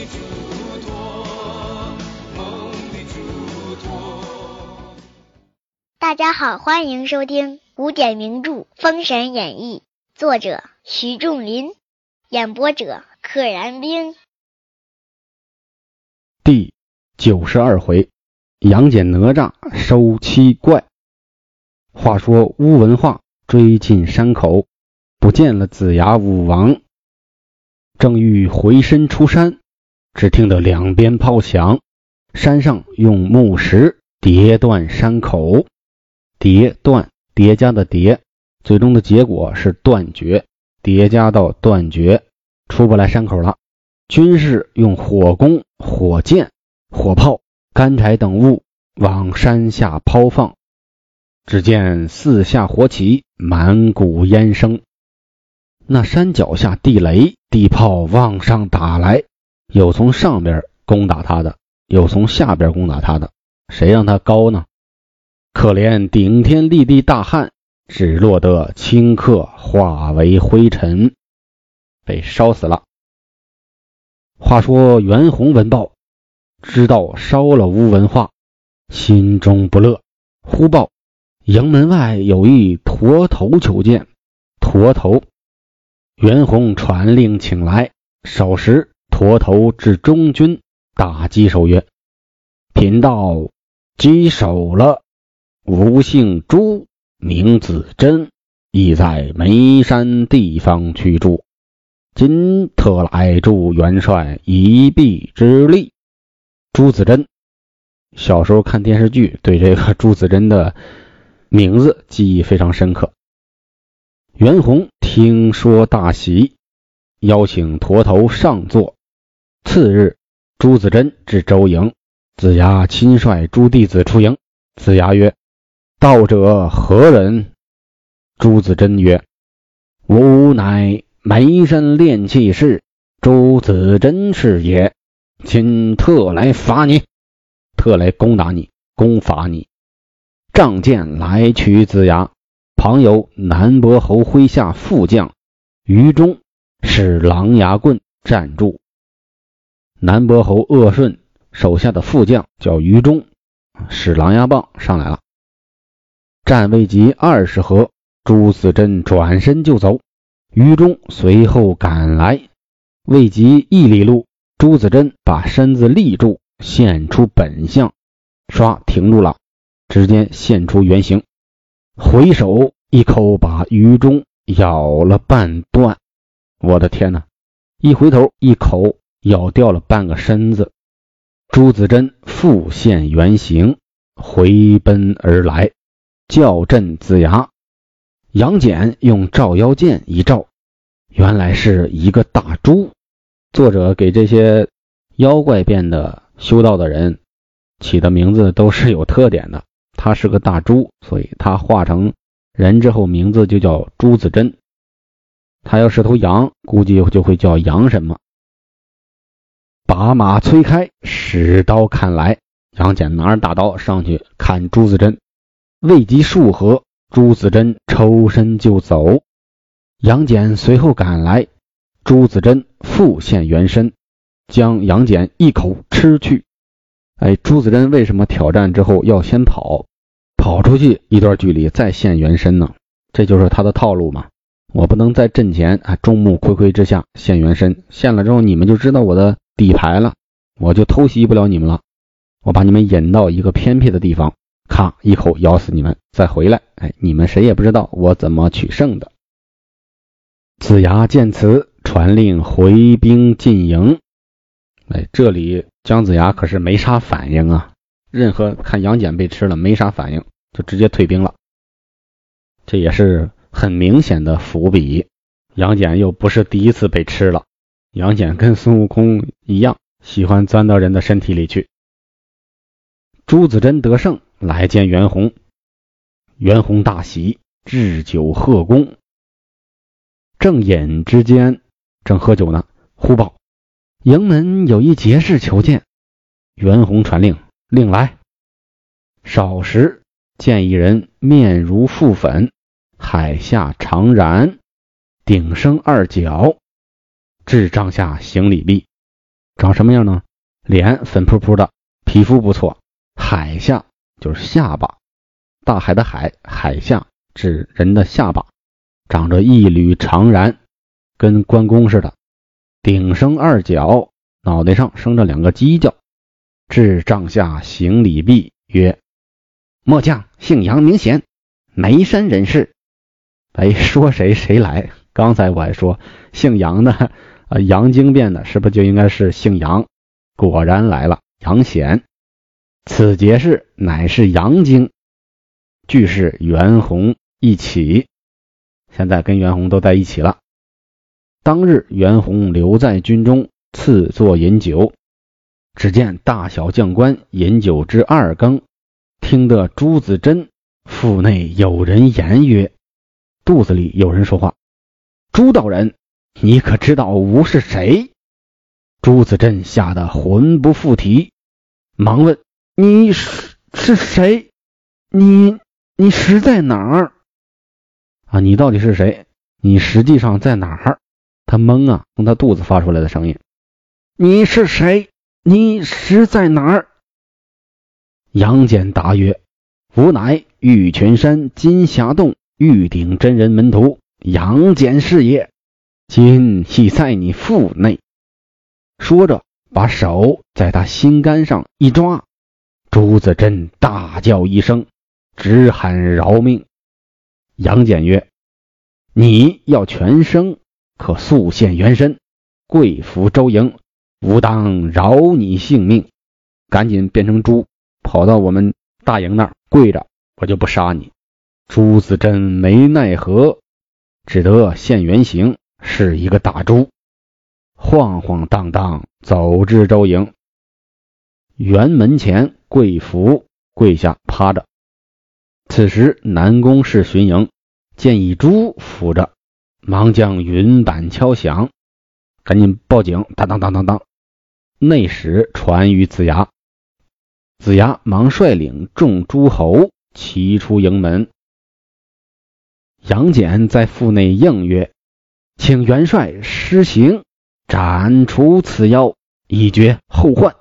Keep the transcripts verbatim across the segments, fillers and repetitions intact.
嘱托，梦的嘱托。 大家好，欢迎收听古典名著《封神演义》，作者徐仲林，演播者可燃冰。 第九十二回，杨戬哪吒收七怪。话说乌文化追进山口，不见了子牙武王，正欲回身出山，只听得两边炮响，山上用木石叠断山口，叠断叠加的叠，最终的结果是断绝，叠加到断绝，出不来山口了。军士用火攻、火箭、火炮、干柴等物往山下抛放，只见四下火起，满谷烟生。那山脚下地雷地炮往上打来，有从上边攻打他的，有从下边攻打他的，谁让他高呢？可怜顶天立地大汉，只落得顷刻化为灰尘，被烧死了。话说袁弘闻报，知道烧了乌文化，心中不乐，忽报营门外有一驼头求见。驼头，袁弘传令请来。少时，驼头至中军，大击手曰：贫道击手了，吾姓朱，名子真，亦在眉山地方居住，今特来助元帅一臂之力。朱子真，小时候看电视剧，对这个朱子真的名字记忆非常深刻。袁弘听说大喜，邀请驼头上座。次日，朱子真至周营，子牙亲率诸弟子出营。子牙曰：道者何人？朱子真曰：吾乃眉山炼气士朱子真是也，今特来伐你，特来攻打你，攻伐你。仗剑来取子牙，旁有南伯侯麾下副将于中使狼牙棍站住。南伯侯鄂顺手下的副将叫于中，使狼牙棒上来了。战未及二十合，朱子真转身就走，于中随后赶来，未及一里路，朱子真把身子立住，现出本相，唰停住了，只见现出原形，回手一口把于中咬了半段。我的天哪，一回头一口咬掉了半个身子。朱子真复现原形，回奔而来，叫阵子牙。杨戬用照妖剑一照，原来是一个大猪。作者给这些妖怪变的修道的人起的名字都是有特点的，他是个大猪，所以他化成人之后名字就叫朱子真。他要是头羊，估计就会叫羊什么。把马催开，使刀砍来。杨戬拿着大刀上去砍朱子真，未及数合，朱子真抽身就走。杨戬随后赶来，朱子真复现原身，将杨戬一口吃去。哎，朱子真为什么挑战之后要先跑，跑出去一段距离再现原身呢？这就是他的套路嘛。我不能在阵前啊众目睽睽之下现原身，现了之后你们就知道我的底牌了，我就偷袭不了你们了。我把你们引到一个偏僻的地方，咔一口咬死你们，再回来，哎，你们谁也不知道我怎么取胜的。子牙见此，传令回兵进营。哎，这里姜子牙可是没啥反应啊，任何看杨戬被吃了没啥反应，就直接退兵了。这也是很明显的伏笔，杨戬又不是第一次被吃了。杨戬跟孙悟空一样，喜欢钻到人的身体里去。朱子真得胜，来见袁弘。袁弘大喜，置酒贺功。正饮之间，正喝酒呢，忽报营门有一节士求见。袁弘传令，令来。少时，见一人面如覆粉，海下长髯，顶生二角，至帐下行礼毕。 长什么样呢？脸粉扑扑的，皮肤不错，海下就是下巴，大海的海，海下指人的下巴，长着一缕长髯，跟关公似的，顶生二角，脑袋上生着两个犄角，至帐下行礼毕，曰：末将姓杨名显，眉山人士。哎，说谁谁来，刚才我还说姓杨的呃，杨经变的是不是就应该是姓杨？果然来了，杨显。此节事乃是杨经，俱是袁弘一起，现在跟袁弘都在一起了。当日袁弘留在军中，赐座饮酒，只见大小将官饮酒至二更，听得朱子珍腹内有人言曰，肚子里有人说话，朱道人，你可知道吾是谁？朱子珍吓得魂不附体，忙问，你是是谁？你你实在哪儿啊？你到底是谁？你实际上在哪儿？他懵啊，从他肚子发出来的声音，你是谁？你实在哪儿？杨戬答曰，吾乃玉泉山金霞洞玉鼎真人门徒杨戬是也，今系在你腹内。说着把手在他心肝上一抓，朱子珍大叫一声，直喊饶命。杨戬曰，你要全生，可速现原身，跪伏周营，吾当饶你性命。赶紧变成猪，跑到我们大营那儿跪着，我就不杀你。朱子珍没奈何，只得现原形，是一个大猪，晃晃荡荡走至周营，辕门前跪伏，跪下趴着。此时南宫氏巡营见一猪伏着，忙将云板敲响，赶紧报警，当当当当当。内使传于子牙，子牙忙率领众诸侯齐出营门。杨戬在腹内应曰，请元帅施行，斩除此妖，以绝后患。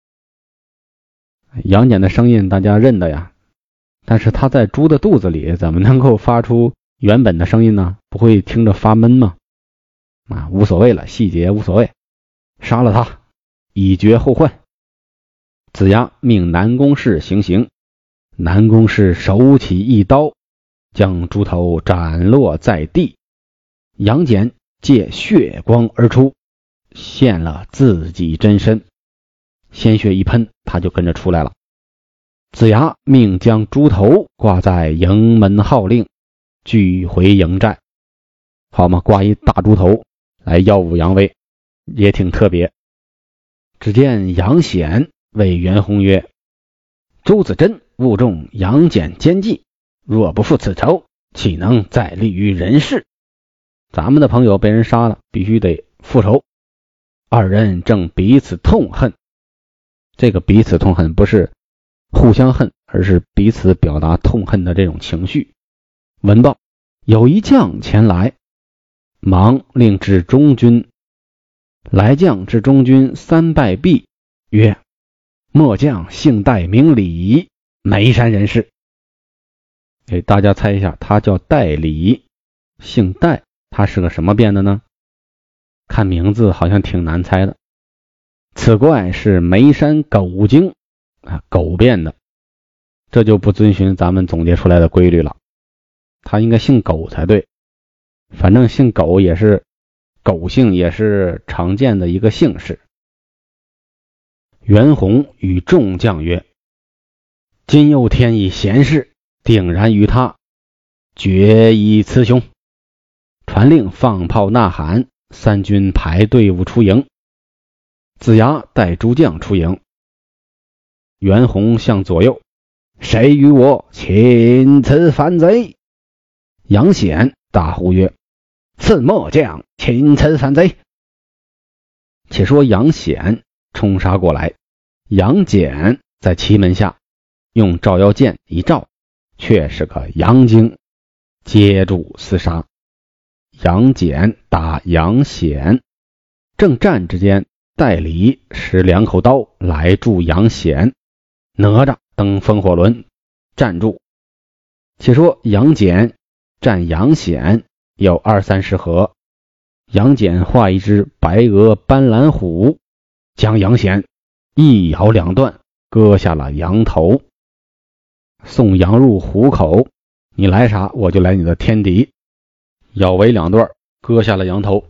杨戬的声音大家认得呀，但是他在猪的肚子里怎么能够发出原本的声音呢？不会听着发闷吗？啊，无所谓了，细节无所谓，杀了他，以绝后患。子牙命南宫氏行刑，南宫氏手起一刀，将猪头斩落在地。杨戬借血光而出，现了自己真身，鲜血一喷，他就跟着出来了。子牙命将猪头挂在营门号令，俱回营寨。好嘛，挂一大猪头来耀武扬威，也挺特别。只见杨显谓袁弘曰，朱子珍误中杨戬奸计，若不复此仇，岂能再立于人世？咱们的朋友被人杀了，必须得复仇。二人正彼此痛恨，这个彼此痛恨不是互相恨，而是彼此表达痛恨的这种情绪。闻报有一将前来，忙令至中军。来将至中军三拜毕，曰，末将姓戴名李，眉山人士。给大家猜一下，他叫戴李，姓戴，他是个什么变的呢？看名字好像挺难猜的。此怪是眉山狗精啊，狗变的，这就不遵循咱们总结出来的规律了，他应该姓狗才对。反正姓狗也是狗姓，也是常见的一个姓氏。袁弘与众将曰，今又添以贤士，定然于他，决以雌雄。传令放炮呐喊，三军排队伍出营。子牙带诸将出营。袁弘向左右，谁与我擒此反贼？杨显大呼曰，赐末将擒此反贼。且说杨显冲杀过来，杨戬在旗门下用照妖剑一照，却是个杨精，接住厮杀。杨戬打杨显，正战之间， 戴礼使两口刀来助杨显，哪吒登风火轮站住。且说杨戬战杨显有二三十合，杨戬画一只白额斑斓虎，将杨显一咬两断，割下了羊头。送羊入虎口，你来啥我就来你的天敌，咬为两段，割下了羊头。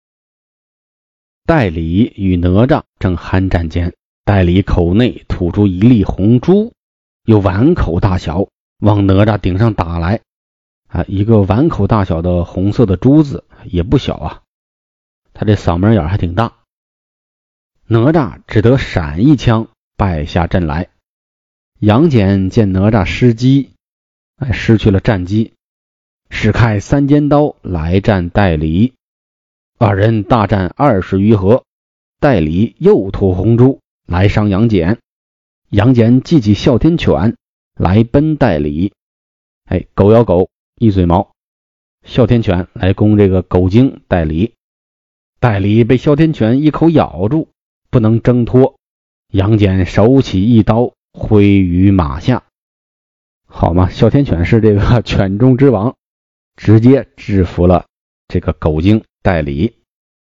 戴礼与哪吒正酣战间，戴礼口内吐出一粒红珠，有碗口大小，往哪吒顶上打来。啊，一个碗口大小的红色的珠子也不小啊，他这嗓门眼还挺大。哪吒只得闪一枪败下阵来。杨戬见哪吒失机，哎，失去了战机，使开三尖刀来战戴礼。二人大战二十余合，戴礼又吐红珠来伤杨戬。杨戬记起哮天犬来奔戴礼，哎，狗咬狗一嘴毛，哮天犬来攻这个狗精戴礼。戴礼被哮天犬一口咬住，不能挣脱。杨戬手起一刀挥于马下，好嘛，哮天犬是这个犬中之王，直接制服了这个狗精戴礼。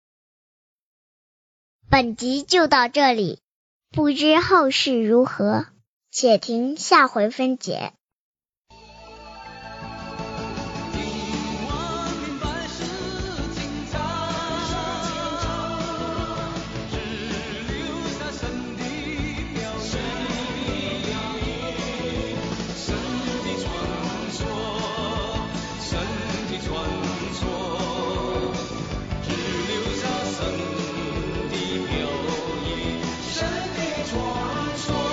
本集就到这里，不知后事如何，且听下回分解。 传说。